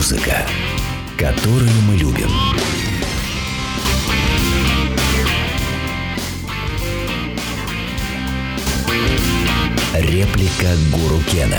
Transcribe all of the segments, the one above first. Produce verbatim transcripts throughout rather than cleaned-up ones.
Музыка, которую мы любим. Реплика Гуру Кена.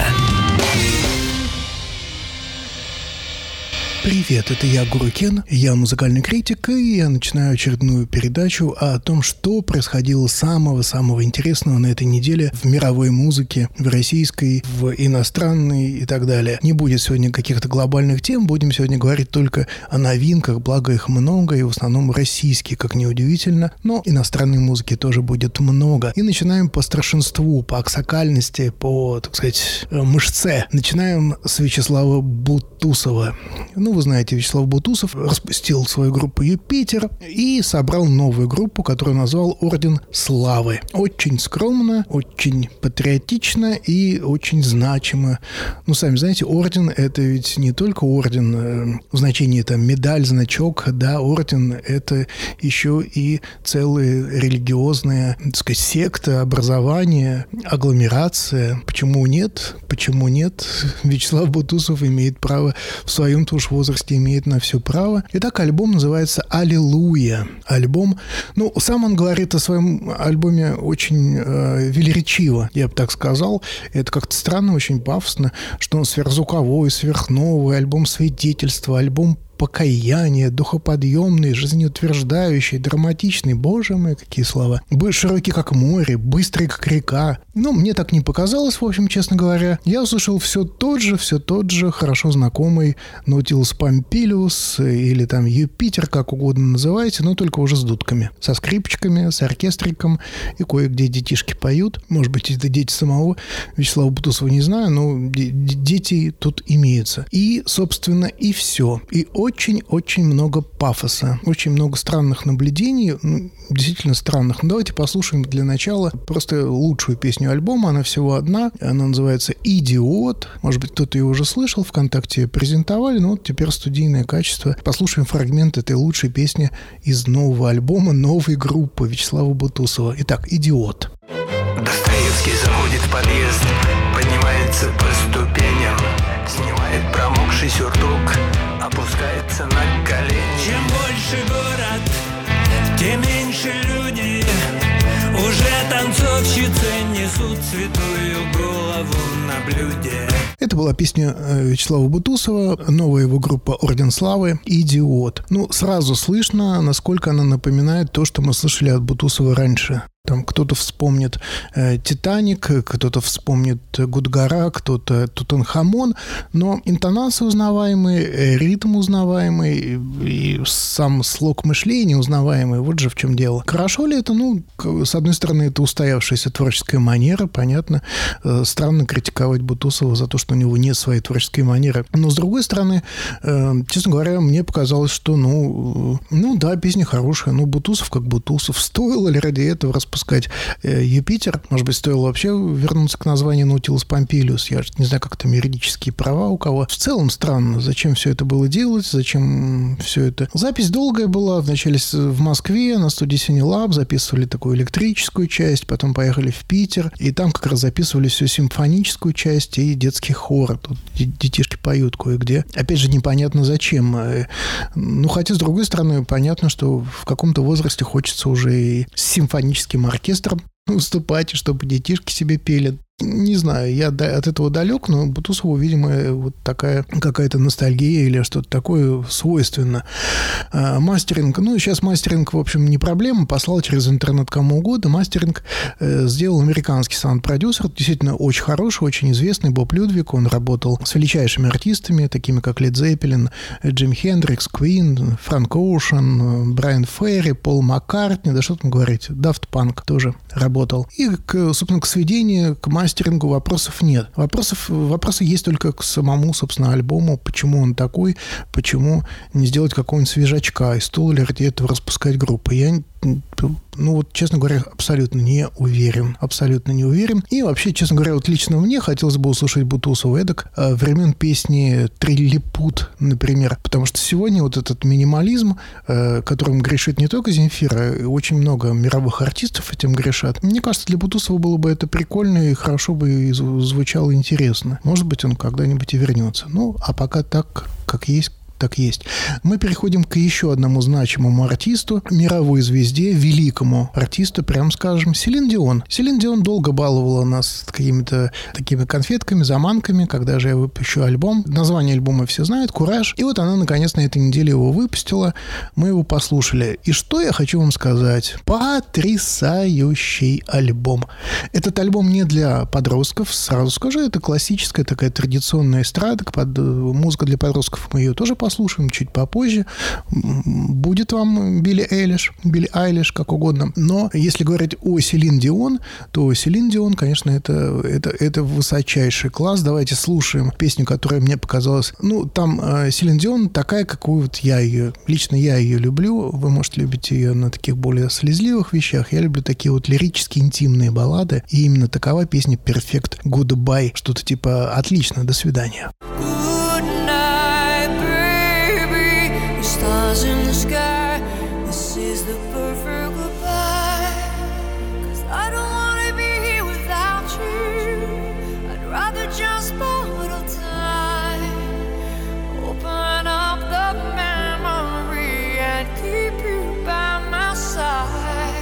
Привет, это я, Гуру Кен, я музыкальный критик, и я начинаю очередную передачу о том, что происходило самого-самого интересного на этой неделе в мировой музыке, в российской, в иностранной и так далее. Не будет сегодня каких-то глобальных тем, будем сегодня говорить только о новинках, благо их много, и в основном российские, как ни удивительно, но иностранной музыки тоже будет много. И начинаем по старшинству, по аксакальности, по, так сказать, мышце. Начинаем с Вячеслава Бутусова. Ну, вы знаете, Вячеслав Бутусов распустил свою группу «Юпитер» и собрал новую группу, которую назвал «Орден Славы». Очень скромно, очень патриотично и очень значимо. Ну, сами знаете, орден — это ведь не только орден э, в значении там медаль, значок, да, орден — это еще и целая религиозная, так сказать, секта, образование, агломерация. Почему нет? Почему нет? Вячеслав Бутусов имеет право в своем-то уж возрасте имеет на все право. Итак, альбом называется «Аллилуйя». Альбом, ну, сам он говорит о своем альбоме очень э, велеречиво, я бы так сказал. Это как-то странно, очень пафосно, что он сверхзвуковой, сверхновый, альбом свидетельства, альбом покаяние, духоподъемный, жизнеутверждающий, драматичный. Боже мой, какие слова. Широкий, как море, быстрый, как река. Ну, мне так не показалось, в общем, честно говоря. Я услышал все тот же, все тот же хорошо знакомый Nautilus Pompilius или там Юпитер, как угодно называйте, но только уже с дудками. Со скрипочками, с оркестриком, и кое-где детишки поют. Может быть, это дети самого Вячеслава Бутусова, не знаю, но дети тут имеются. И, собственно, и все. И очень-очень много пафоса, очень много странных наблюдений, ну, действительно странных. Ну, давайте послушаем для начала просто лучшую песню альбома, она всего одна, она называется «Идиот». Может быть, кто-то ее уже слышал, ВКонтакте презентовали, но вот теперь студийное качество. Послушаем фрагмент этой лучшей песни из нового альбома новой группы Вячеслава Бутусова. Итак, «Идиот». Достоевский заходит в подъезд, поднимается по ступеням, снимает промокший сюртук, опускается на колени. Чем больше город, тем меньше люди. Уже танцовщицы несут святую голову на блюде. Это была песня Вячеслава Бутусова, новая его группа «Орден Славы», «Идиот». Ну, сразу слышно, насколько она напоминает то, что мы слышали от Бутусова раньше. Там кто-то вспомнит э, «Титаник», кто-то вспомнит «Гудгора», кто-то «Тутанхамон», но интонации узнаваемые, э, ритм узнаваемый и, и сам слог мышления узнаваемый. Вот же в чем дело. Хорошо ли это? Ну, с одной стороны, это устоявшаяся творческая манера, понятно. Э, странно критиковать Бутусова за то, что у него нет своей творческой манеры. Но, с другой стороны, э, честно говоря, мне показалось, что, ну, э, ну да, песня хорошая, но Бутусов как Бутусов. Стоило ли ради этого распускать э, Юпитер? Может быть, стоило вообще вернуться к названию Nautilus Pompilius? Я не знаю, как там юридические права у кого. В целом странно, зачем все это было делать, зачем все это. Запись долгая была. Вначале в Москве на студии Cinelab записывали такую электрическую часть, потом поехали в Питер, и там как раз записывали всю симфоническую часть и детский хор. Тут детишки поют кое-где. Опять же, непонятно зачем. Ну, хотя, с другой стороны, понятно, что в каком-то возрасте хочется уже и с симфоническим оркестром выступать, чтобы детишки себе пели. Не знаю, я от этого далек, но Бутусову, видимо, вот такая какая-то ностальгия или что-то такое свойственно. А, мастеринг, ну, сейчас мастеринг, в общем, не проблема, послал через интернет кому угодно. Мастеринг э, сделал американский саунд-продюсер, действительно очень хороший, очень известный, Боб Людвиг. Он работал с величайшими артистами, такими как Лед Зеппелин, Джим Хендрикс, Квин, Фрэнк Оушен, Брайан Ферри, Пол Маккартни, да что там говорить, Дафт Панк тоже работал. И, к, собственно, к сведению, к мастерингу мастерингу вопросов нет. Вопросов, вопросы есть только к самому, собственно, альбому. Почему он такой? Почему не сделать какого-нибудь свежачка? И стоило ли ради этого распускать группы? Я, ну вот, честно говоря, абсолютно не уверен. Абсолютно не уверен. И вообще, честно говоря, вот лично мне хотелось бы услышать Бутусова эдак времен песни «Триллипут», например. Потому что сегодня вот этот минимализм, которым грешит не только Земфира, очень много мировых артистов этим грешат. Мне кажется, для Бутусова было бы это прикольно и хорошо бы и звучало интересно. Может быть, он когда-нибудь и вернется. Ну, а пока так, как есть, так есть. Мы переходим к еще одному значимому артисту, мировой звезде, великому артисту, прям скажем, Селин Дион. Селин Дион долго баловала нас какими-то такими конфетками, заманками, когда же я выпущу альбом. Название альбома все знают, «Кураж». И вот она, наконец, на этой неделе его выпустила. Мы его послушали. И что я хочу вам сказать? Потрясающий альбом. Этот альбом не для подростков, сразу скажу. Это классическая такая традиционная эстрада, под музыка для подростков. Мы ее тоже послушаем чуть попозже. Будет вам Билли Эйлиш, Билли Айлиш, как угодно. Но если говорить о Селин Дион, то Селин Дион, конечно, это, это, это высочайший класс. Давайте слушаем песню, которая мне показалась... Ну, там э, Селин Дион такая, какую вот я ее... Лично я ее люблю. Вы можете любить ее на таких более слезливых вещах. Я люблю такие вот лирические, интимные баллады. И именно такова песня «Perfect Goodbye». Что-то типа «Отлично, до свидания». Stars in the sky, this is the perfect goodbye. 'Cause I don't wanna be here without you. I'd rather just bottle time, open up the memory and keep you by my side.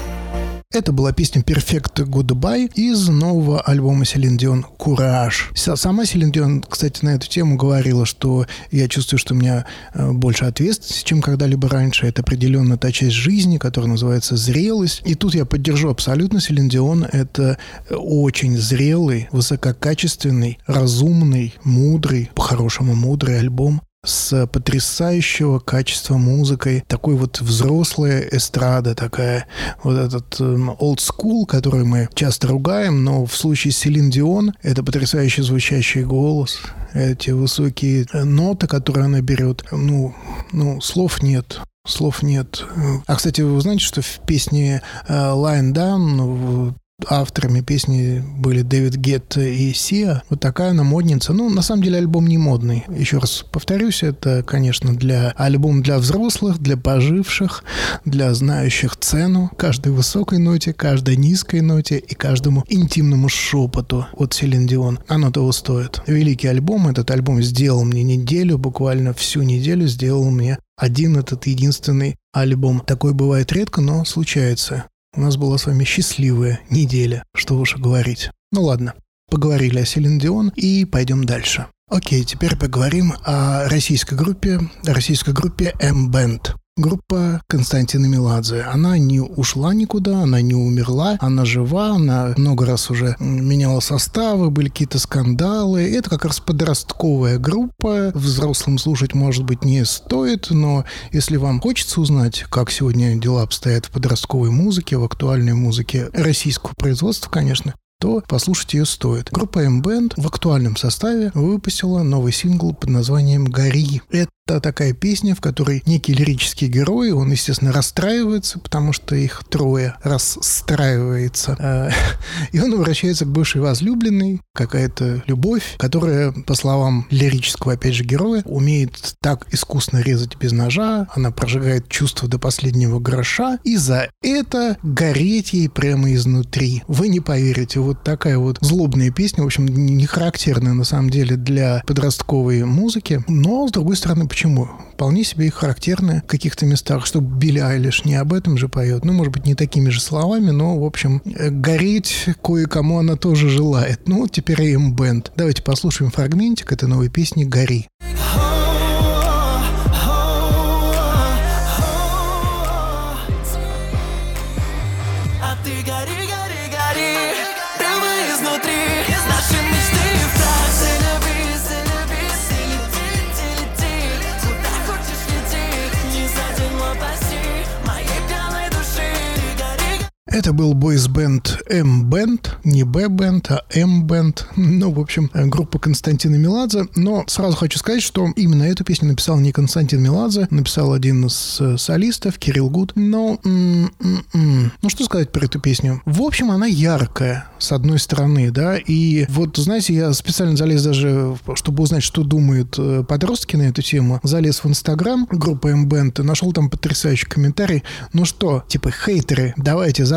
Это была песня «Perfect Goodbye» из нового альбома Селин Дион «Кураж». Сама Селин Дион, кстати, на эту тему говорила, что я чувствую, что у меня больше ответственности, чем когда-либо раньше. Это определенно та часть жизни, которая называется «зрелость». И тут я поддержу абсолютно Селин Дион. Это очень зрелый, высококачественный, разумный, мудрый, по-хорошему мудрый альбом с потрясающего качества музыкой, такой вот взрослая эстрада, такая вот этот old school, который мы часто ругаем, но в случае с Селин Дион это потрясающе звучащий голос, эти высокие ноты, которые она берет, ну, ну слов нет. Слов нет. А, кстати, вы знаете, что в песне Lying Down авторами песни были Дэвид Гетта и Сиа. Вот такая она модница. Ну, на самом деле, альбом не модный. Еще раз повторюсь, это, конечно, для альбом для взрослых, для поживших, для знающих цену каждой высокой ноте, каждой низкой ноте и каждому интимному шепоту от Селин Дион. Оно того стоит. Великий альбом. Этот альбом сделал мне неделю, буквально всю неделю сделал мне один этот единственный альбом. Такое бывает редко, но случается. У нас была с вами счастливая неделя, что уж говорить. Ну ладно, поговорили о Селин Дион и пойдем дальше. Окей, теперь поговорим о российской группе, о российской группе M-Band. Группа Константина Меладзе. Она не ушла никуда, она не умерла, она жива, она много раз уже меняла составы, были какие-то скандалы. Это как раз подростковая группа. Взрослым слушать, может быть, не стоит, но если вам хочется узнать, как сегодня дела обстоят в подростковой музыке, в актуальной музыке российского производства, конечно, то послушать ее стоит. Группа M-Band в актуальном составе выпустила новый сингл под названием «Гори». Это такая песня, в которой некий лирический герой, он, естественно, расстраивается, потому что их трое расстраивается. И он обращается к бывшей возлюбленной, какая-то любовь, которая, по словам лирического, опять же, героя, умеет так искусно резать без ножа, она прожигает чувства до последнего гроша, и за это гореть ей прямо изнутри. Вы не поверите, вот такая вот злобная песня, в общем, не характерная на самом деле для подростковой музыки, но, с другой стороны, почему? Вполне себе и характерная в каких-то местах, что Билли Айлиш не об этом же поет, ну, может быть, не такими же словами, но, в общем, гореть кое-кому она тоже желает. Ну, вот теперь и M-Band. Давайте послушаем фрагментик этой новой песни «Гори». Это был бойс-бенд M-Band, не B-Band, а M-Band. Ну, в общем, группа Константина Меладзе. Но сразу хочу сказать, что именно эту песню написал не Константин Меладзе, написал один из солистов, Кирилл Гуд. Но, м-м-м. ну, что сказать про эту песню? В общем, она яркая, с одной стороны, да, и вот, знаете, я специально залез даже, чтобы узнать, что думают подростки на эту тему, залез в Инстаграм группы M-Band и нашел там потрясающий комментарий. Ну что, типа, хейтеры, давайте заткнитесь,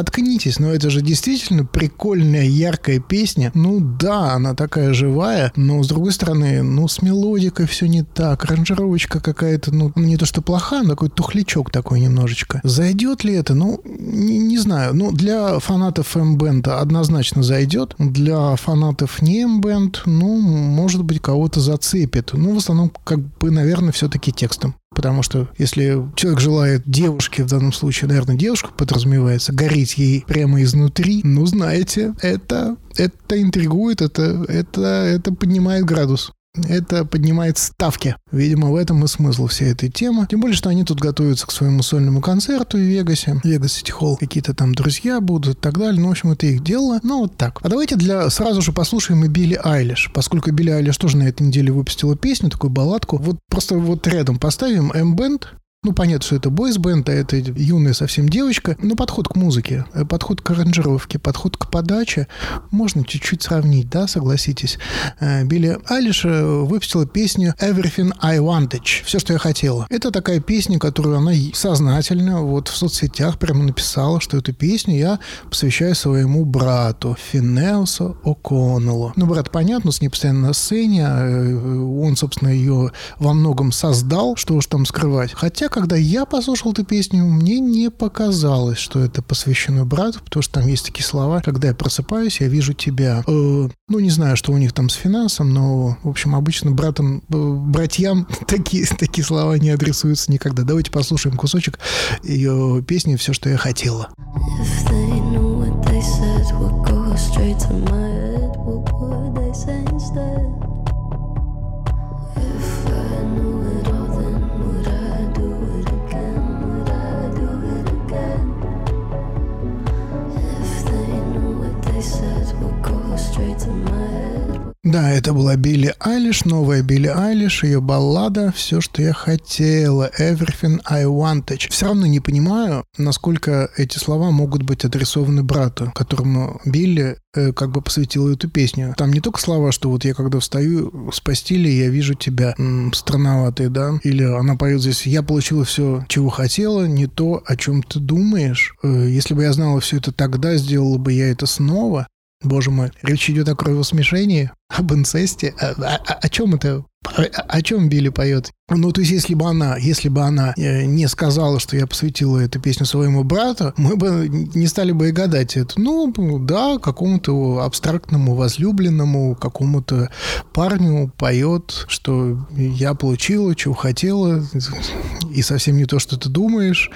заткнитесь, но это же действительно прикольная, яркая песня. Ну да, она такая живая, но с другой стороны, ну с мелодикой все не так, аранжировочка какая-то, ну не то что плохая, но такой тухлячок такой немножечко. Зайдет ли это? Ну, не, не знаю. Ну, для фанатов M-бенда однозначно зайдет, для фанатов не M-бенд, ну, может быть, кого-то зацепит. Ну, в основном, как бы, наверное, все-таки текстом. Потому что если человек желает девушке, в данном случае, наверное, девушка подразумевается, гореть ей прямо изнутри, ну, знаете, это, это интригует, это, это, это поднимает градус. Это поднимает ставки. Видимо, в этом и смысл всей этой темы. Тем более, что они тут готовятся к своему сольному концерту в Вегасе. Вегас Сити Холл. Какие-то там друзья будут и так далее. Ну, в общем, это их дело. Ну, вот так. А давайте для сразу же послушаем и Билли Айлиш. Поскольку Билли Айлиш тоже на этой неделе выпустила песню, такую балладку. Вот просто вот рядом поставим M-бенд. Ну, понятно, что это бойс-бенд, а это юная совсем девочка. Но подход к музыке, подход к аранжировке, подход к подаче можно чуть-чуть сравнить, да, согласитесь. Билли Айлиш выпустила песню «Everything I Wanted», «Все, что я хотела». Это такая песня, которую она сознательно вот в соцсетях прямо написала, что эту песню я посвящаю своему брату Финеасу О'Коннеллу. Ну, брат, понятно, с ней постоянно на сцене, он, собственно, ее во многом создал, что уж там скрывать. Хотя когда я послушал эту песню, мне не показалось, что это посвящено брату, потому что там есть такие слова: «Когда я просыпаюсь, я вижу тебя». Э, ну, не знаю, что у них там с финансом, но, в общем, обычно братам, братьям такие, такие слова не адресуются никогда. Давайте послушаем кусочек ее песни «Все, что я хотела». Да, это была Билли Айлиш, новая Билли Айлиш, ее баллада «Все, что я хотела», «Everything I Wanted». Все равно не понимаю, насколько эти слова могут быть адресованы брату, которому Билли э, как бы посвятила эту песню. Там не только слова, что вот я когда встаю с постели, я вижу тебя, м-м, странноватые, да? Или она поет здесь: «Я получила все, чего хотела, не то, о чем ты думаешь. Э, если бы я знала все это тогда, сделала бы я это снова». Боже мой, речь идет о кровосмешении, об инцесте. О, о, о чем это? О, о чем Билли поет? Ну, то есть, если бы она, если бы она не сказала, что я посвятила эту песню своему брату, мы бы не стали бы и гадать это. Ну, да, какому-то абстрактному возлюбленному, какому-то парню поет, что я получила, чего хотела, и совсем не то, что ты думаешь.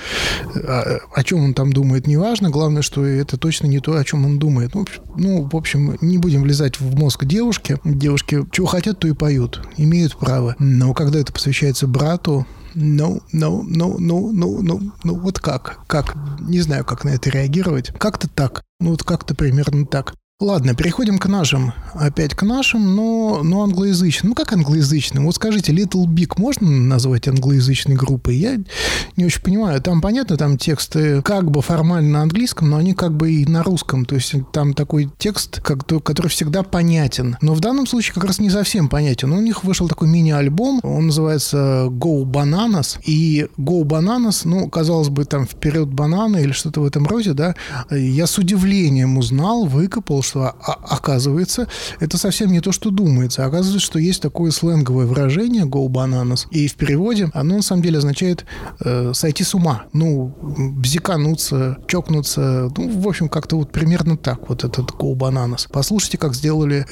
О, о чем он там думает, неважно. Главное, что это точно не то, о чем он думает. Ну, ну, в общем, не будем влезать в мозг девушки. Девушки чего хотят, то и поют. Имеют право. Но когда это посвящается брату, ну, ну, ну, ну, ну, ну, ну, вот как? Как? Не знаю, как на это реагировать. Как-то так. Ну, вот как-то примерно так. Ладно, переходим к нашим. Опять к нашим, но, но англоязычным. Ну, как англоязычным? Вот скажите, Little Big можно назвать англоязычной группой? Я не очень понимаю. Там, понятно, там тексты как бы формально на английском, но они как бы и на русском. То есть там такой текст, который всегда понятен. Но в данном случае как раз не совсем понятен. У них вышел такой мини-альбом, он называется Go Bananas. И Go Bananas, ну, казалось бы, там вперед бананы или что-то в этом роде, да. Я с удивлением узнал, выкопал, что оказывается, это совсем не то, что думается. Оказывается, что есть такое сленговое выражение «go bananas», и в переводе оно на самом деле означает э, «сойти с ума», ну, бзикануться, чокнуться, ну, в общем, как-то вот примерно так, вот этот «go bananas». Послушайте, как сделали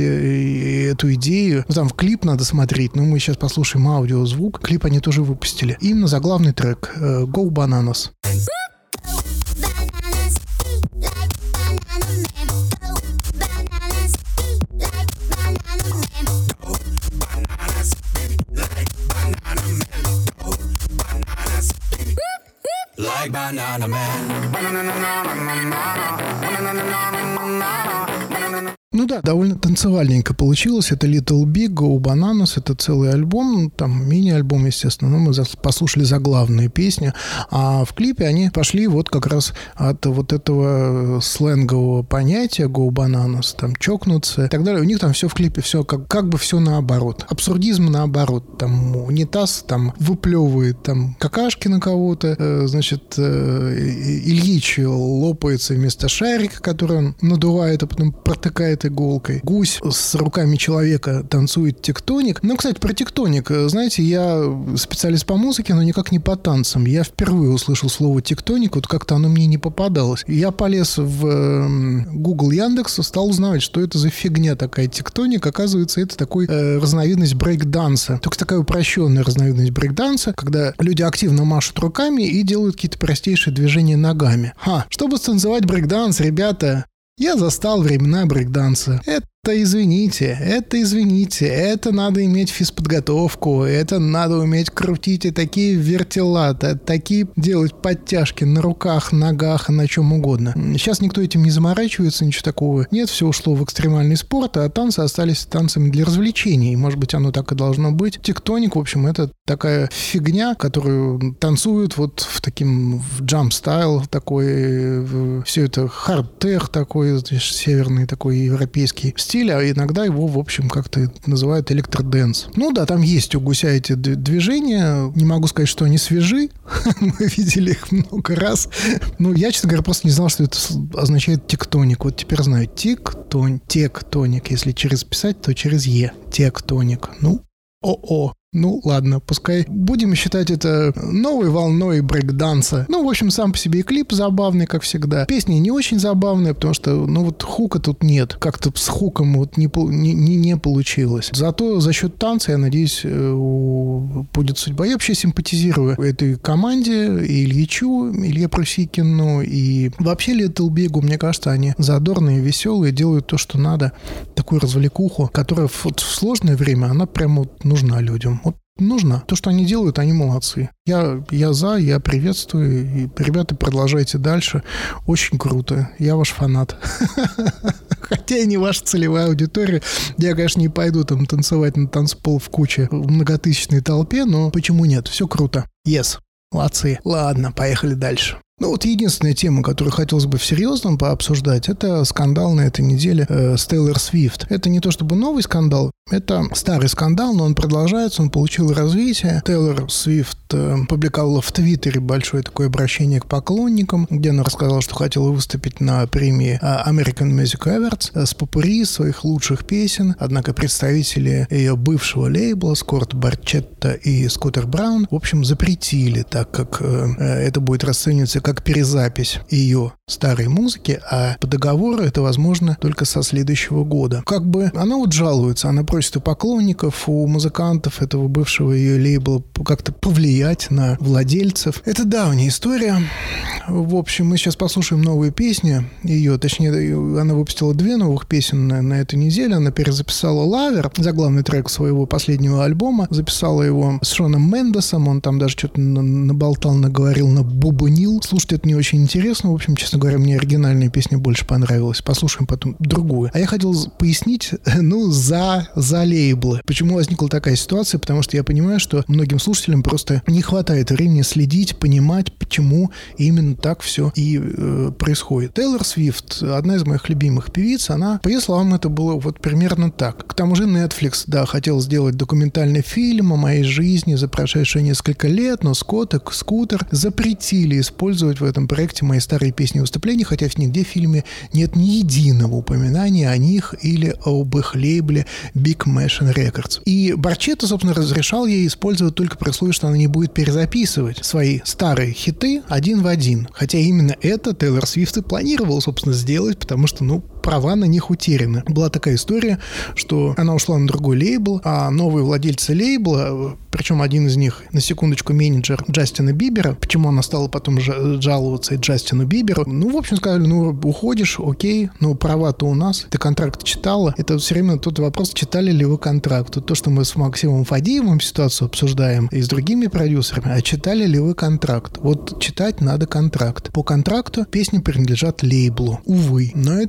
эти, эту идею. Ну, там в клип надо смотреть, но мы сейчас послушаем аудиозвук. Клип они тоже выпустили. Именно заглавный трек э, «go bananas». Like Banana Man. Ну да, довольно танцевальненько получилось. Это Little Big, Go Bananas, это целый альбом, там мини-альбом, естественно, но мы послушали заглавные песни, а в клипе они пошли вот как раз от вот этого сленгового понятия Go Bananas, там чокнуться и так далее. У них там все в клипе, все как, как бы все наоборот. Абсурдизм наоборот. Там унитаз там выплевывает там какашки на кого-то, значит, Ильич лопается вместо шарика, который он надувает, а потом протыкает иголкой. Гусь с руками человека танцует тектоник. Ну, кстати, про тектоник. Знаете, я специалист по музыке, но никак не по танцам. Я впервые услышал слово тектоник, вот как-то оно мне не попадалось. Я полез в Google, Яндекс, стал узнавать, что это за фигня такая тектоник. Оказывается, это такой э, разновидность брейк-данса. Только такая упрощенная разновидность брейк-данса, когда люди активно машут руками и делают какие-то простейшие движения ногами. Ха, чтобы станцевать брейк-данс, ребята, я застал времена брейк-данса. Это извините, это извините, это надо иметь физподготовку, это надо уметь крутить и такие вертела, такие делать подтяжки на руках, ногах и на чем угодно. Сейчас никто этим не заморачивается, ничего такого нет, все ушло в экстремальный спорт, а танцы остались танцами для развлечений. Может быть, оно так и должно быть. Тектоник, в общем, это такая фигня, которую танцуют вот в таким в джамп-стайл такой, все это хард-тех такой, северный такой европейский стиль, а иногда его, в общем, как-то называют электродэнс. Ну да, там есть у гуся эти движения. Не могу сказать, что они свежи. Мы видели их много раз. Ну, я, честно говоря, просто не знал, что это означает тектоник. Вот теперь знаю. Тектон, тектоник. Если через писать, то через Е. Тектоник. Ну, о-о. Ну, ладно, пускай будем считать это новой волной брейк-данса. Ну, в общем, сам по себе и клип забавный, как всегда. Песня не очень забавная, потому что, ну, вот хука тут нет. Как-то с хуком вот не, не, не получилось. Зато за счет танца, я надеюсь, будет судьба. Я вообще симпатизирую этой команде, и Ильичу, Илье Прусикину, и вообще Little Big, мне кажется, они задорные, веселые, делают то, что надо. Такую развлекуху, которая вот в сложное время, она прямо вот нужна людям. Вот нужно. То, что они делают, они молодцы. Я, я за, я приветствую. И, ребята, продолжайте дальше. Очень круто. Я ваш фанат. Хотя и не ваша целевая аудитория. Я, конечно, не пойду там танцевать на танцпол в куче в многотысячной толпе, но почему нет? Все круто. Yes. Молодцы. Ладно, поехали дальше. Ну вот единственная тема, которую хотелось бы в серьезном пообсуждать, это скандал на этой неделе э, с Тейлор Свифт. Это не то чтобы новый скандал, это старый скандал, но он продолжается, он получил развитие. Тейлор Свифт э, публиковала в Твиттере большое такое обращение к поклонникам, где она рассказала, что хотела выступить на премии American Music Awards э, с попурри своих лучших песен, однако представители ее бывшего лейбла, Скотт Барчетта и Скутер Браун, в общем, запретили, так как э, это будет расцениваться как как перезапись ее старой музыки, а по договору это возможно только со следующего года. Как бы она вот жалуется, она просит у поклонников, у музыкантов этого бывшего ее лейбла как-то повлиять на владельцев. Это давняя история. В общем, мы сейчас послушаем новую песню ее, точнее, она выпустила две новых песен на, на этой неделе. Она перезаписала «Лавер», заглавный трек своего последнего альбома, записала его с Шоном Мендесом, он там даже что-то наболтал, наговорил, набубунил. Слушать это не очень интересно. В общем, честно говоря, мне оригинальная песня больше понравилась. Послушаем потом другую. А я хотел пояснить, ну, за, за лейблы. Почему возникла такая ситуация? Потому что я понимаю, что многим слушателям просто не хватает времени следить, понимать, почему именно так все и э, происходит. Тейлор Свифт, одна из моих любимых певиц, она, по ее словам, это было вот примерно так. К тому же Netflix, да, хотел сделать документальный фильм о моей жизни за прошедшие несколько лет, но Скотт и Скутер запретили использовать в этом проекте мои старые песни и выступления, хотя нигде в фильме нет ни единого упоминания о них или об их лейбле Big Machine Records. И Барчетта, собственно, разрешал ей использовать только при условии, что она не будет перезаписывать свои старые хиты один в один. Хотя именно это Тейлор Свифт и планировала, собственно, сделать, потому что, ну, права на них утеряны. Была такая история, что она ушла на другой лейбл, а новые владельцы лейбла, причем один из них, на секундочку, менеджер Джастина Бибера, почему она стала потом жаловаться и Джастину Биберу, ну, в общем, сказали, ну, уходишь, окей, ну, права-то у нас, ты контракт читала. Это все время тот вопрос, читали ли вы контракт. То, что мы с Максимом Фадеевым ситуацию обсуждаем и с другими продюсерами, а читали ли вы контракт? Вот читать надо контракт. По контракту песни принадлежат лейблу. Увы, но это так.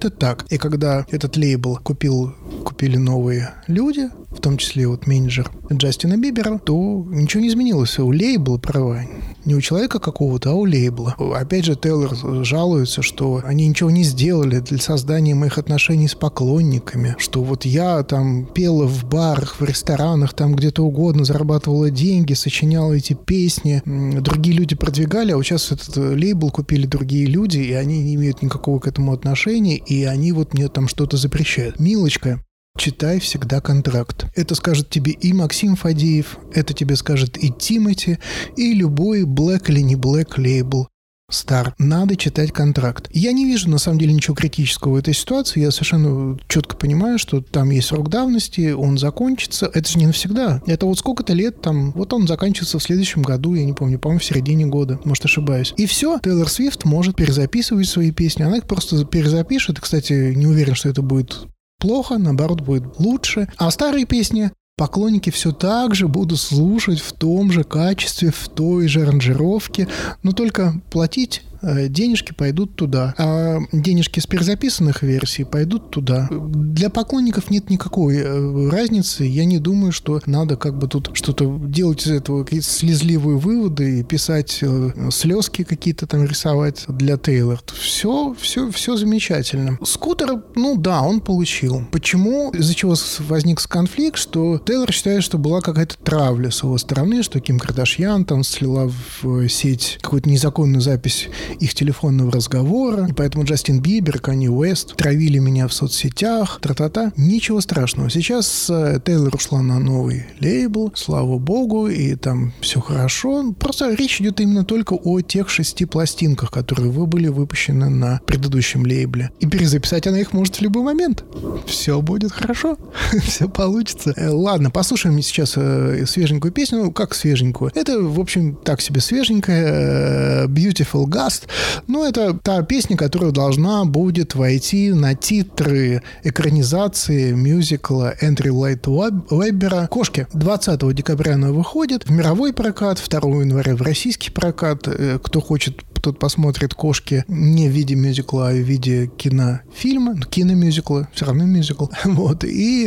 так. И когда этот лейбл купил, купили новые люди, в том числе вот менеджер Джастина Бибера, то ничего не изменилось. У лейбла права. Не у человека какого-то, а у лейбла. Опять же, Тейлор жалуется, что они ничего не сделали для создания моих отношений с поклонниками. Что вот я там пела в барах, в ресторанах, там где-то угодно, зарабатывала деньги, сочиняла эти песни. Другие люди продвигали, а вот сейчас этот лейбл купили другие люди, и они не имеют никакого к этому отношения, и они вот мне там что-то запрещают. Милочка, читай всегда контракт. Это скажет тебе и Максим Фадеев, это тебе скажет и Тимати, и любой блэк или не блэк лейбл. Стар. Надо читать контракт. Я не вижу, на самом деле, ничего критического в этой ситуации. Я совершенно четко понимаю, что там есть срок давности, он закончится. Это же не навсегда. Это вот сколько-то лет там. Вот он заканчивается в следующем году, я не помню, по-моему, в середине года. Может, ошибаюсь. И все. Тейлор Свифт может перезаписывать свои песни. Она их просто перезапишет. Кстати, не уверен, что это будет плохо, наоборот, будет лучше. А старые песни поклонники все так же будут слушать в том же качестве, в той же аранжировке, но только платить денежки пойдут туда, а денежки с перезаписанных версий пойдут туда. Для поклонников нет никакой разницы. Я не думаю, что надо как бы тут что-то делать из этого, какие-то слезливые выводы и писать слезки какие-то там рисовать для Тейлор. Все, все, все замечательно. Скутер, ну да, он получил. Почему? Из-за чего возник конфликт, что Тейлор считает, что была какая-то травля с его стороны, что Ким Кардашьян там слила в сеть какую-то незаконную запись их телефонного разговора, и поэтому Джастин Бибер, Канье Уэст травили меня в соцсетях, тра-та-та. Ничего страшного. Сейчас э, Тейлор ушла на новый лейбл, слава богу, и там все хорошо. Просто речь идет именно только о тех шести пластинках, которые вы были выпущены на предыдущем лейбле. И перезаписать она их может в любой момент. Все будет хорошо. Все получится. Э, ладно, послушаем сейчас э, свеженькую песню. Ну, как свеженькую? Это, в общем, так себе свеженькая. Э, Beautiful Ghost. Ну, это та песня, которая должна будет войти на титры экранизации мюзикла Эндрю Ллойд Уэббера «Кошки». двадцатого декабря она выходит в мировой прокат, второго января в российский прокат. Кто хочет, тот посмотрит «Кошки» не в виде мюзикла, а в виде кинофильма, киномюзикла, все равно мюзикл. Вот. И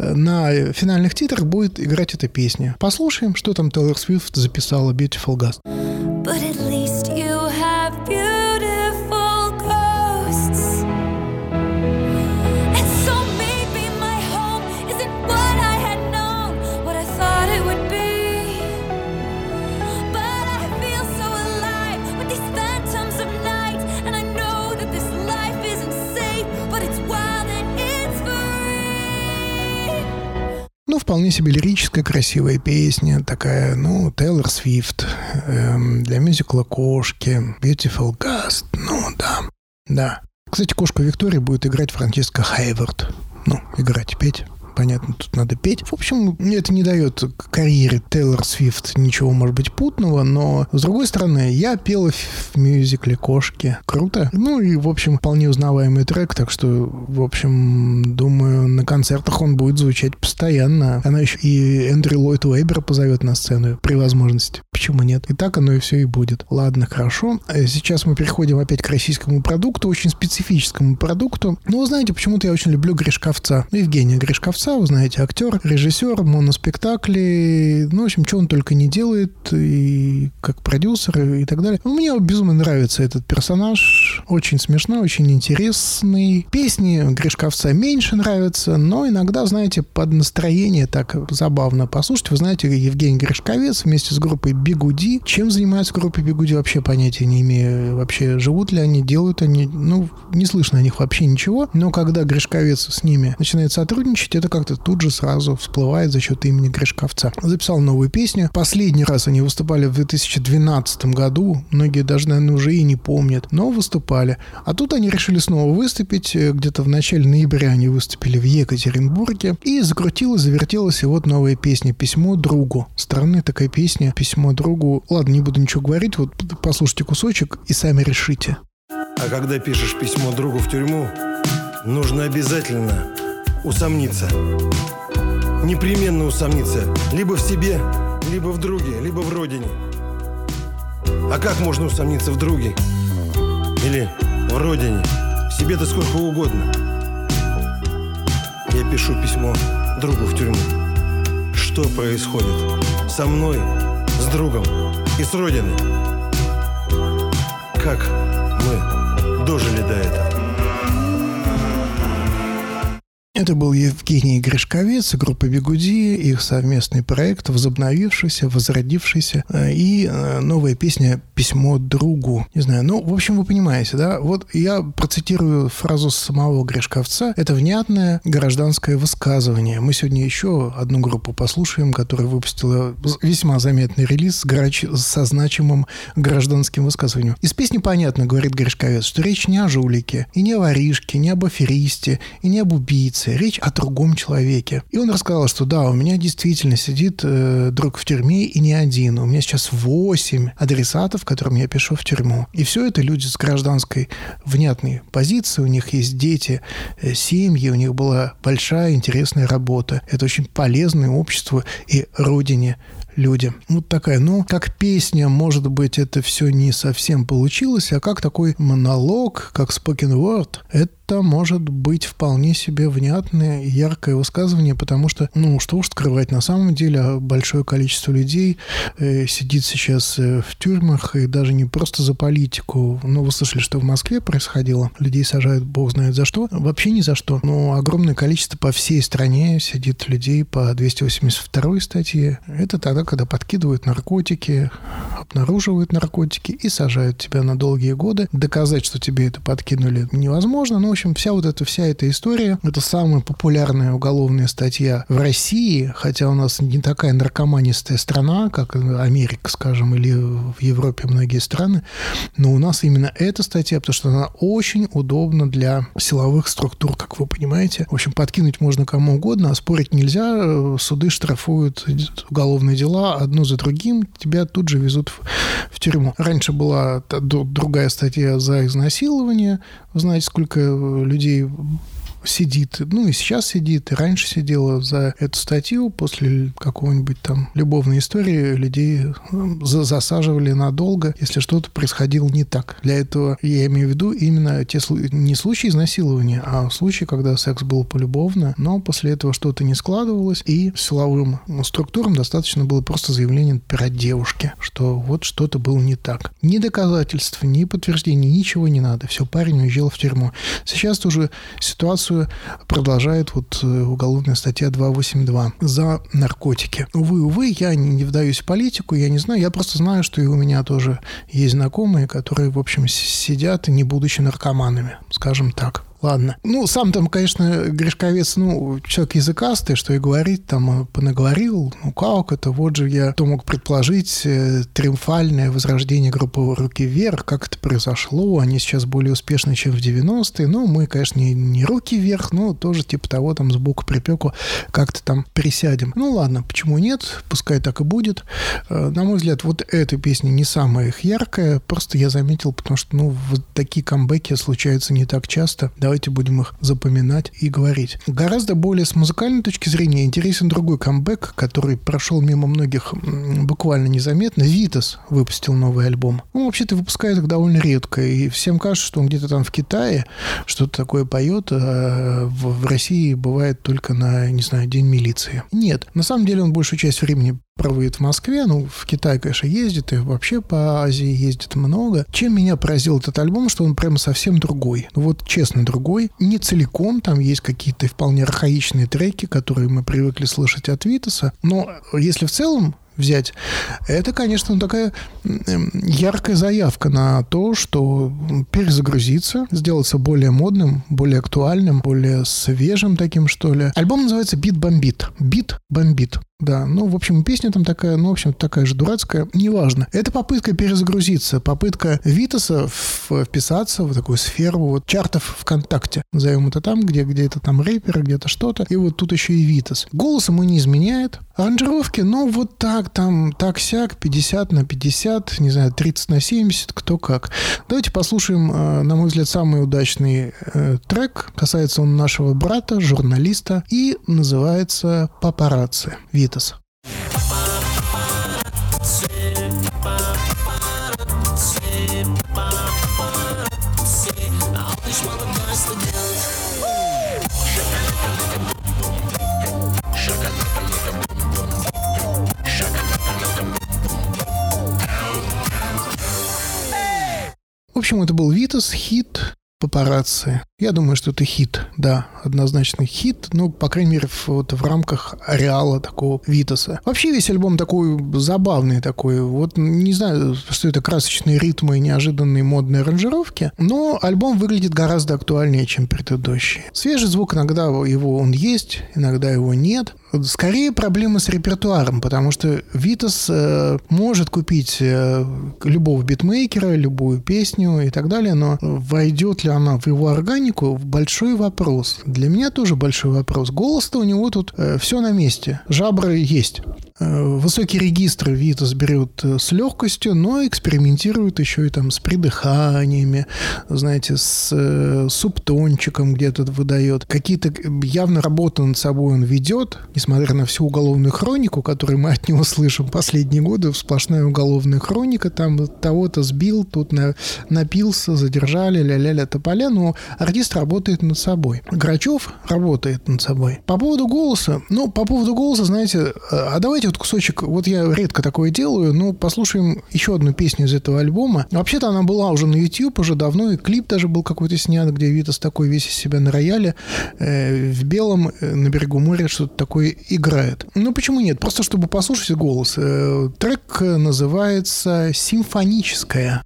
на финальных титрах будет играть эта песня. Послушаем, что там Тейлор Свифт записала «Beautiful Ghost». But at least you have beautiful ghosts. And so maybe my home isn't what I had known, what I thought it would be. But I feel so alive with these phantoms of night, and I know that this life isn't safe, but it's wild and it's free. Ну, вполне себе лирическая, красивая песня, такая, ну, Тейлор Свифт, эм, для мюзикла «Кошки», Beautiful Ghost, ну, да, да. Кстати, «Кошку Виктории» будет играть Франческа Хейворд. Ну, играть, петь. Понятно, тут надо петь. В общем, это не дает карьере Тейлор Свифт ничего, может быть, путного, но, с другой стороны, я пела в мюзикле «Кошки». Круто. Ну и, в общем, вполне узнаваемый трек, так что, в общем, думаю, на концертах он будет звучать постоянно. Она еще и Эндрю Ллойд Уэббера позовет на сцену при возможности. Почему нет? И так оно и все и будет. Ладно, хорошо. Сейчас мы переходим опять к российскому продукту, очень специфическому продукту. Но вы знаете, почему-то я очень люблю Гришковца. Евгения Гришковца. Вы знаете, актер, режиссер, моноспектакли, ну, в общем, что он только не делает, и как продюсер, и так далее. Мне безумно нравится этот персонаж, очень смешной, очень интересный. Песни Гришковца меньше нравятся, но иногда, знаете, под настроение так забавно послушать. Вы знаете, Евгений Гришковец вместе с группой Бигуди. Чем занимается группа Бигуди, вообще понятия не имею. Вообще, живут ли они, делают они, ну, не слышно о них вообще ничего. Но когда Гришковец с ними начинает сотрудничать, это как-то тут же сразу всплывает за счет имени Гришковца. Записал новую песню. Последний раз они выступали в две тысячи двенадцатом году. Многие даже, наверное, уже и не помнят. Но выступали. А тут они решили снова выступить. Где-то в начале ноября они выступили в Екатеринбурге. И закрутилась, завертелась, и вот новая песня «Письмо другу». Странная такая песня «Письмо другу». Ладно, не буду ничего говорить. Вот послушайте кусочек и сами решите. А когда пишешь письмо другу в тюрьму, нужно обязательно усомниться. Непременно усомниться. Либо в себе, либо в друге, либо в родине. А как можно усомниться в друге? Или в родине? В себе-то сколько угодно. я пишу письмо другу в тюрьму. Что происходит со мной, с другом и с Родиной? Как мы дожили до этого? Это был Евгений Гришковец, группа «Бигуди», их совместный проект, возобновившийся, возродившийся, и новая песня «Письмо другу». Не знаю, ну, в общем, вы понимаете, да? Вот я процитирую фразу самого Гришковца. Это внятное гражданское высказывание. Мы сегодня еще одну группу послушаем, которая выпустила весьма заметный релиз со значимым гражданским высказыванием. Из песни понятно, говорит Гришковец, что речь не о жулике, и не о воришке, не об аферисте, и не об убийце. Речь о другом человеке. И он рассказал, что да, у меня действительно сидит э, друг в тюрьме, и не один. У меня сейчас восемь адресатов, которым я пишу в тюрьму. И все это люди с гражданской внятной позицией. У них есть дети, э, семьи, у них была большая интересная работа. Это очень полезное обществу и родине люди. Вот такая, ну, как песня, может быть, это все не совсем получилось, а как такой монолог, как spoken word, это может быть вполне себе внятное и яркое высказывание, потому что, ну, что уж скрывать, на самом деле большое количество людей э, сидит сейчас э, в тюрьмах, и даже не просто за политику. Ну, вы слышали, что в Москве происходило. Людей сажают бог знает за что. Вообще ни за что. Но огромное количество по всей стране сидит людей по двести восемьдесят второй статье. Это тогда, когда подкидывают наркотики, обнаруживают наркотики и сажают тебя на долгие годы. Доказать, что тебе это подкинули, невозможно. Но, в общем, вся вот эта, вся эта история, это самая популярная уголовная статья в России, хотя у нас не такая наркоманистая страна, как Америка, скажем, или в Европе многие страны, но у нас именно эта статья, потому что она очень удобна для силовых структур, как вы понимаете. В общем, подкинуть можно кому угодно, а спорить нельзя. Суды штрафуют уголовные дела одно за другим, тебя тут же везут в, в тюрьму. Раньше была другая статья за изнасилование. Вы знаете, сколько людей сидит, ну и сейчас сидит, и раньше сидела за эту статью. После какого-нибудь там любовной истории людей засаживали надолго, если что-то происходило не так. Для этого я имею в виду именно те не случаи изнасилования, а случаи, когда секс был полюбовно, но после этого что-то не складывалось, и силовым структурам достаточно было просто заявление, например, от девушки, что вот что-то было не так. Ни доказательств, ни подтверждений, ничего не надо. Все, парень уезжал в тюрьму. Сейчас тоже ситуацию продолжает вот уголовная статья двести восемьдесят два за наркотики. Увы, увы, я не, не вдаюсь в политику, я не знаю, я просто знаю, что и у меня тоже есть знакомые, которые, в общем, сидят, не будучи наркоманами, скажем так. Ладно. Ну, сам там, конечно, Гришковец, ну, человек языкастый, что и говорить, там, понаговорил. Ну, как это? Вот же я то мог предположить э, триумфальное возрождение группы «Руки вверх», как это произошло. Они сейчас более успешны, чем в девяностые. Ну, мы, конечно, не, не «Руки вверх», но тоже типа того, там, сбоку припеку как-то там присядем. Ну, ладно, почему нет? Пускай так и будет. Э, на мой взгляд, вот эта песня не самая их яркая. Просто я заметил, потому что, ну, вот такие камбэки случаются не так часто. Давайте будем их запоминать и говорить. Гораздо более с музыкальной точки зрения интересен другой камбэк, который прошел мимо многих буквально незаметно. Витас выпустил новый альбом. Он вообще-то выпускает их довольно редко, и всем кажется, что он где-то там в Китае что-то такое поет, а в России бывает только на, не знаю, День милиции. Нет, на самом деле он большую часть времени проводит в Москве, ну, в Китай, конечно, ездит, и вообще по Азии ездит много. Чем меня поразил этот альбом, что он прямо совсем другой. Ну, вот честно, другой. Не целиком, там есть какие-то вполне архаичные треки, которые мы привыкли слышать от Витаса, но если в целом взять, это, конечно, такая яркая заявка на то, что перезагрузиться, сделаться более модным, более актуальным, более свежим таким, что ли. Альбом называется «Бит бомбит». «Бит бомбит». Да, ну, в общем, песня там такая, ну, в общем, такая же дурацкая, неважно. Это попытка перезагрузиться, попытка Витаса вписаться в такую сферу вот чартов ВКонтакте. Назовем это там, где, где это там рэперы, где-то что-то. И вот тут еще и Витас. Голос ему не изменяет. Аранжировки, ну, вот так, там, так-сяк, пятьдесят на пятьдесят, не знаю, тридцать на семьдесят, кто как. Давайте послушаем, на мой взгляд, самый удачный э, трек. Касается он нашего брата, журналиста, и называется «Папарацци». Витас. общем, это был «Витас», хит «Папарацци». Я думаю, что это хит, да, однозначно хит, ну, по крайней мере, в, вот, в рамках ареала такого «Витаса». Вообще весь альбом такой забавный такой, вот не знаю, что это красочные ритмы и неожиданные модные аранжировки, но альбом выглядит гораздо актуальнее, чем предыдущий. Свежий звук, иногда его он есть, иногда его нет. Скорее проблема с репертуаром, потому что «Витас» э, может купить э, любого битмейкера, любую песню и так далее, но войдет ли она в его органику, большой вопрос. Для меня тоже большой вопрос. Голос-то у него тут э, все на месте. Жабры есть. Э, высокий регистр «Витас» берет э, с легкостью, но экспериментирует еще и там с придыханиями, знаете, с э, субтончиком где-то выдает. Какие-то явно работы над собой он ведет, несмотря на всю уголовную хронику, которую мы от него слышим последние годы, сплошная уголовная хроника, там того-то сбил, тут на, напился, задержали, ля-ля-ля тополя, но артист работает над собой. Грачев работает над собой. По поводу голоса, ну, по поводу голоса, знаете, а давайте вот кусочек, вот я редко такое делаю, но послушаем еще одну песню из этого альбома. Вообще-то она была уже на YouTube уже давно, и клип даже был какой-то снят, где «Витас» такой весь из себя на рояле, э, в белом, э, на берегу моря что-то такое играет. Ну, почему нет? Просто чтобы послушать голос. Э, трек называется «Симфоническая».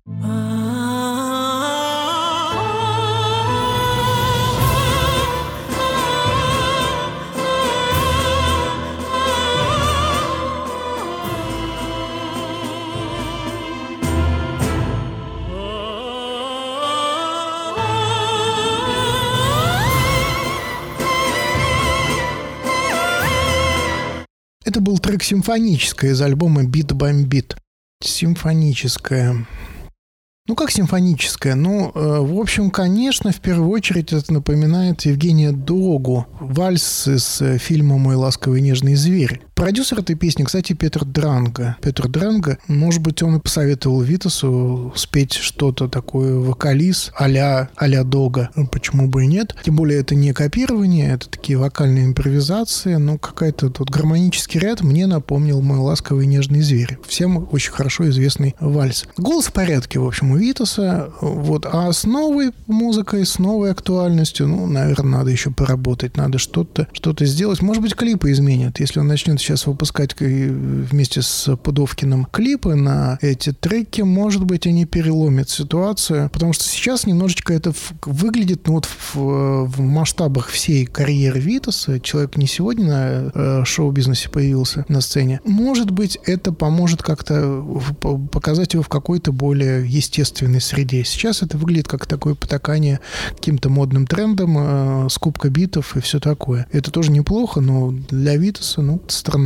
Это был трек «Симфоническая» из альбома «Бит Бомбит». Симфоническая. Ну, как симфоническая? Ну, э, в общем, конечно, в первую очередь это напоминает Евгения Догу. Вальс из э, фильма «Мой ласковый нежный зверь». Продюсер этой песни, кстати, Петр Дранга. Петр Дранга, может быть, он и посоветовал Витасу спеть что-то такое, вокализ а-ля, а-ля Дога. Ну, почему бы и нет? Тем более, это не копирование, это такие вокальные импровизации, но какой-то тут гармонический ряд мне напомнил «Мой ласковый нежный зверь». Всем очень хорошо известный вальс. Голос в порядке, в общем, у Витаса. Вот. А с новой музыкой, с новой актуальностью, ну, наверное, надо еще поработать, надо что-то, что-то сделать. Может быть, клипы изменят, если он начнет сейчас выпускать вместе с Пудовкиным клипы на эти треки, может быть, они переломят ситуацию, потому что сейчас немножечко это выглядит, ну, вот в, в масштабах всей карьеры Витаса, человек не сегодня на э, шоу-бизнесе появился на сцене, может быть, это поможет как-то показать его в какой-то более естественной среде. Сейчас это выглядит как такое потакание каким-то модным трендом, э, скупка битов и все такое. Это тоже неплохо, но для Витаса, ну, странновато.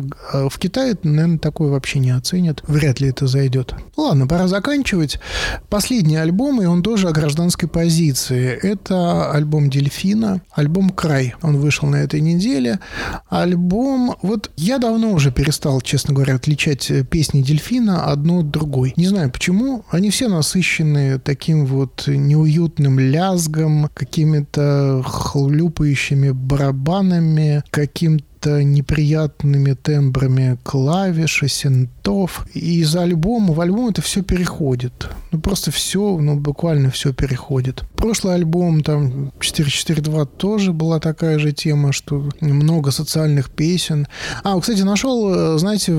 В Китае, наверное, такое вообще не оценят. Вряд ли это зайдет. Ладно, пора заканчивать. Последний альбом, и он тоже о гражданской позиции. Это альбом «Дельфина», альбом «Край». Он вышел на этой неделе. Альбом... Вот я давно уже перестал, честно говоря, отличать песни «Дельфина» одну от другой. Не знаю почему. Они все насыщены таким вот неуютным лязгом, какими-то хлюпающими барабанами, каким-то неприятными тембрами клавиш и синтов. И из альбома в альбом это все переходит. Ну, просто все, ну, буквально все переходит. Прошлый альбом, там, четыре четыре два, тоже была такая же тема, что много социальных песен. А, кстати, нашел, знаете,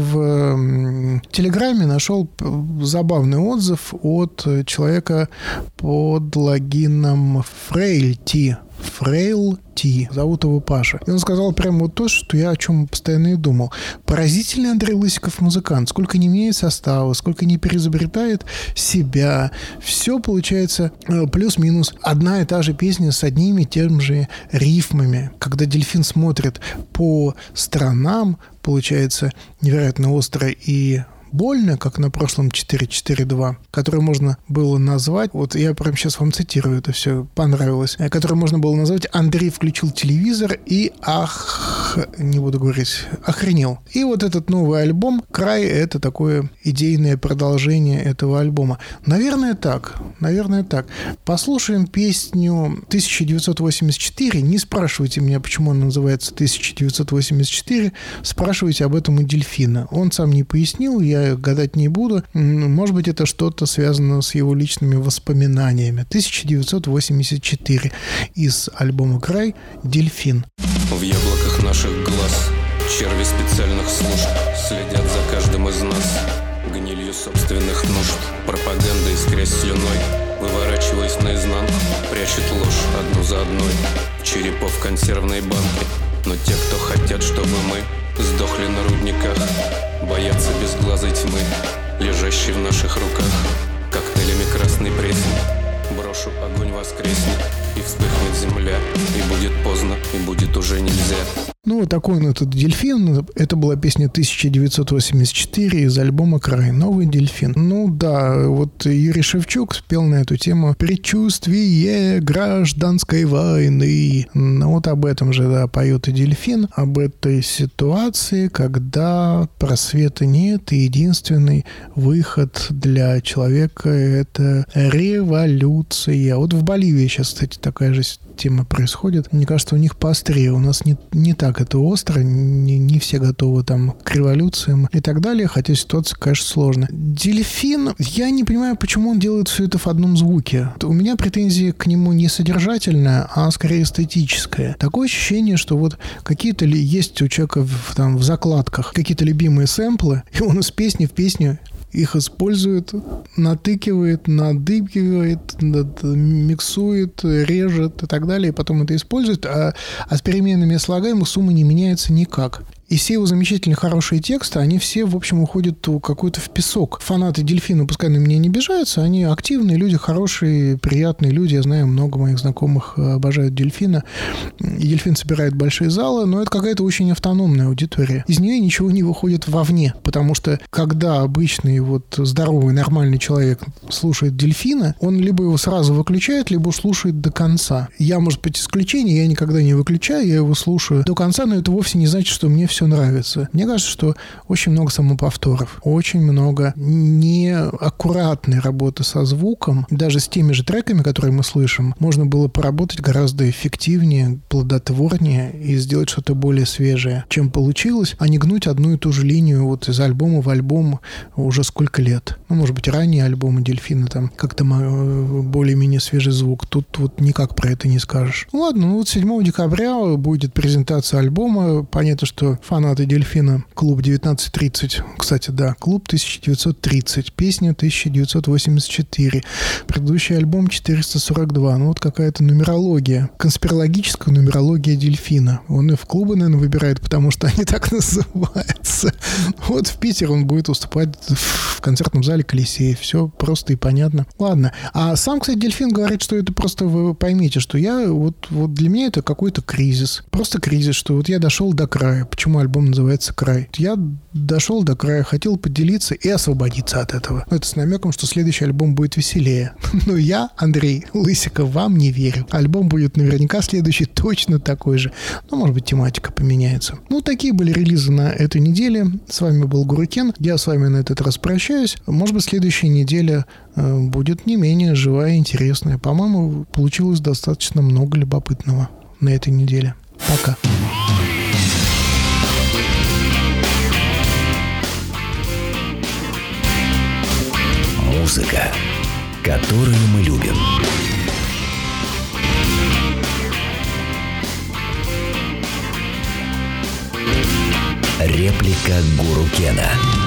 в Телеграме нашел забавный отзыв от человека под логином Frailty. Фрейл Ти. Зовут его Паша. И он сказал прямо вот то, что я о чем постоянно и думал. Поразительный Андрей Лысиков музыкант. Сколько не меняет состава, сколько не переизобретает себя. Все получается плюс-минус одна и та же песня с одними и теми же рифмами. Когда дельфин смотрит по сторонам, получается невероятно остро и больно, как на прошлом четыре четыре два, который можно было назвать, вот я прямо сейчас вам цитирую, это все понравилось, который можно было назвать «Андрей включил телевизор и ах, х, не буду говорить, охренел. И вот этот новый альбом «Край» — это такое идейное продолжение этого альбома. Наверное, так. Наверное, так. Послушаем песню тысяча девятьсот восемьдесят четыре. Не спрашивайте меня, почему она называется тысяча девятьсот восемьдесят четыре. Спрашивайте об этом у Дельфина. Он сам не пояснил, я гадать не буду. Может быть, это что-то связано с его личными воспоминаниями. тысяча девятьсот восемьдесят четыре. Из альбома «Край» «Дельфин». В яблоках наших глаз черви специальных служб следят за каждым из нас. Гнилью собственных нужд, пропаганда искрясь слюной, выворачиваясь наизнанку, прячет ложь одну за одной в черепов консервной банки. Но те, кто хотят, чтобы мы сдохли на рудниках, боятся безглазой тьмы, лежащей в наших руках. Коктейлями красной пресни брошу, огонь воскреснет, и вспыхнет земля, и будет поздно, и будет уже нельзя. Ну, вот такой он, этот «Дельфин». Это была песня тысяча девятьсот восемьдесят четыре из альбома «Край». Новый «Дельфин». Ну, да, вот Юрий Шевчук спел на эту тему «Предчувствие гражданской войны». Ну, вот об этом же, да, поет и «Дельфин». Об этой ситуации, когда просвета нет, и единственный выход для человека – это революция. Вот в Боливии сейчас, кстати, такая же тема происходит. Мне кажется, у них поострее. У нас не, не так это остро, не, не все готовы там к революциям и так далее, хотя ситуация, конечно, сложная. «Дельфин», я не понимаю, почему он делает все это в одном звуке. У меня претензии к нему не содержательная, а скорее эстетическая. Такое ощущение, что вот какие-то ли есть у человека в, там, в закладках какие-то любимые сэмплы, и он из песни в песню их использует, натыкивает, надыбкивает, миксует, режет и так далее, и потом это использует, а, а с переменными слагаемых сумма не меняется никак. И все его замечательные хорошие тексты, они все, в общем, уходят какой-то в песок. Фанаты «Дельфина», пускай на меня не обижаются, они активные люди, хорошие, приятные люди. Я знаю, много моих знакомых обожают «Дельфина». И «Дельфин» собирает большие залы, но это какая-то очень автономная аудитория. Из нее ничего не выходит вовне, потому что когда обычный вот здоровый, нормальный человек слушает «Дельфина», он либо его сразу выключает, либо слушает до конца. Я, может быть, исключение, я никогда не выключаю, я его слушаю до конца, но это вовсе не значит, что мне все нравится. Мне кажется, что очень много самоповторов, очень много неаккуратной работы со звуком. Даже с теми же треками, которые мы слышим, можно было поработать гораздо эффективнее, плодотворнее и сделать что-то более свежее, чем получилось, а не гнуть одну и ту же линию вот из альбома в альбом уже сколько лет. Ну, может быть, ранние альбомы «Дельфина» там как-то более-менее свежий звук. Тут вот никак про это не скажешь. Ну, ладно, ну вот седьмого декабря будет презентация альбома. Понятно, что фанаты «Дельфина», клуб девятнадцать тридцать. Кстати, да, клуб тысяча девятьсот тридцать. Песня тысяча девятьсот восемьдесят четыре. Предыдущий альбом четыреста сорок два. Ну, вот какая-то нумерология. Конспирологическая нумерология «Дельфина». Он и в клубы, наверное, выбирает, потому что они так называются. Вот в Питере он будет выступать в концертном зале «Колизей». Все просто и понятно. Ладно. А сам, кстати, «Дельфин» говорит, что это просто вы поймите, что я, вот, вот для меня это какой-то кризис. Просто кризис, что вот я дошел до края. Почему альбом называется «Край»? Я дошел до края, хотел поделиться и освободиться от этого. Это с намеком, что следующий альбом будет веселее. Но я, Андрей Лысиков, вам не верю. Альбом будет наверняка следующий точно такой же. Ну, может быть, тематика поменяется. Ну, такие были релизы на этой неделе. С вами был Гурукен. Я с вами на этот раз прощаюсь. Может быть, следующая неделя э, будет не менее живая и интересная. По-моему, получилось достаточно много любопытного на этой неделе. Пока. Музыка, которую мы любим. Реплика Гурукена.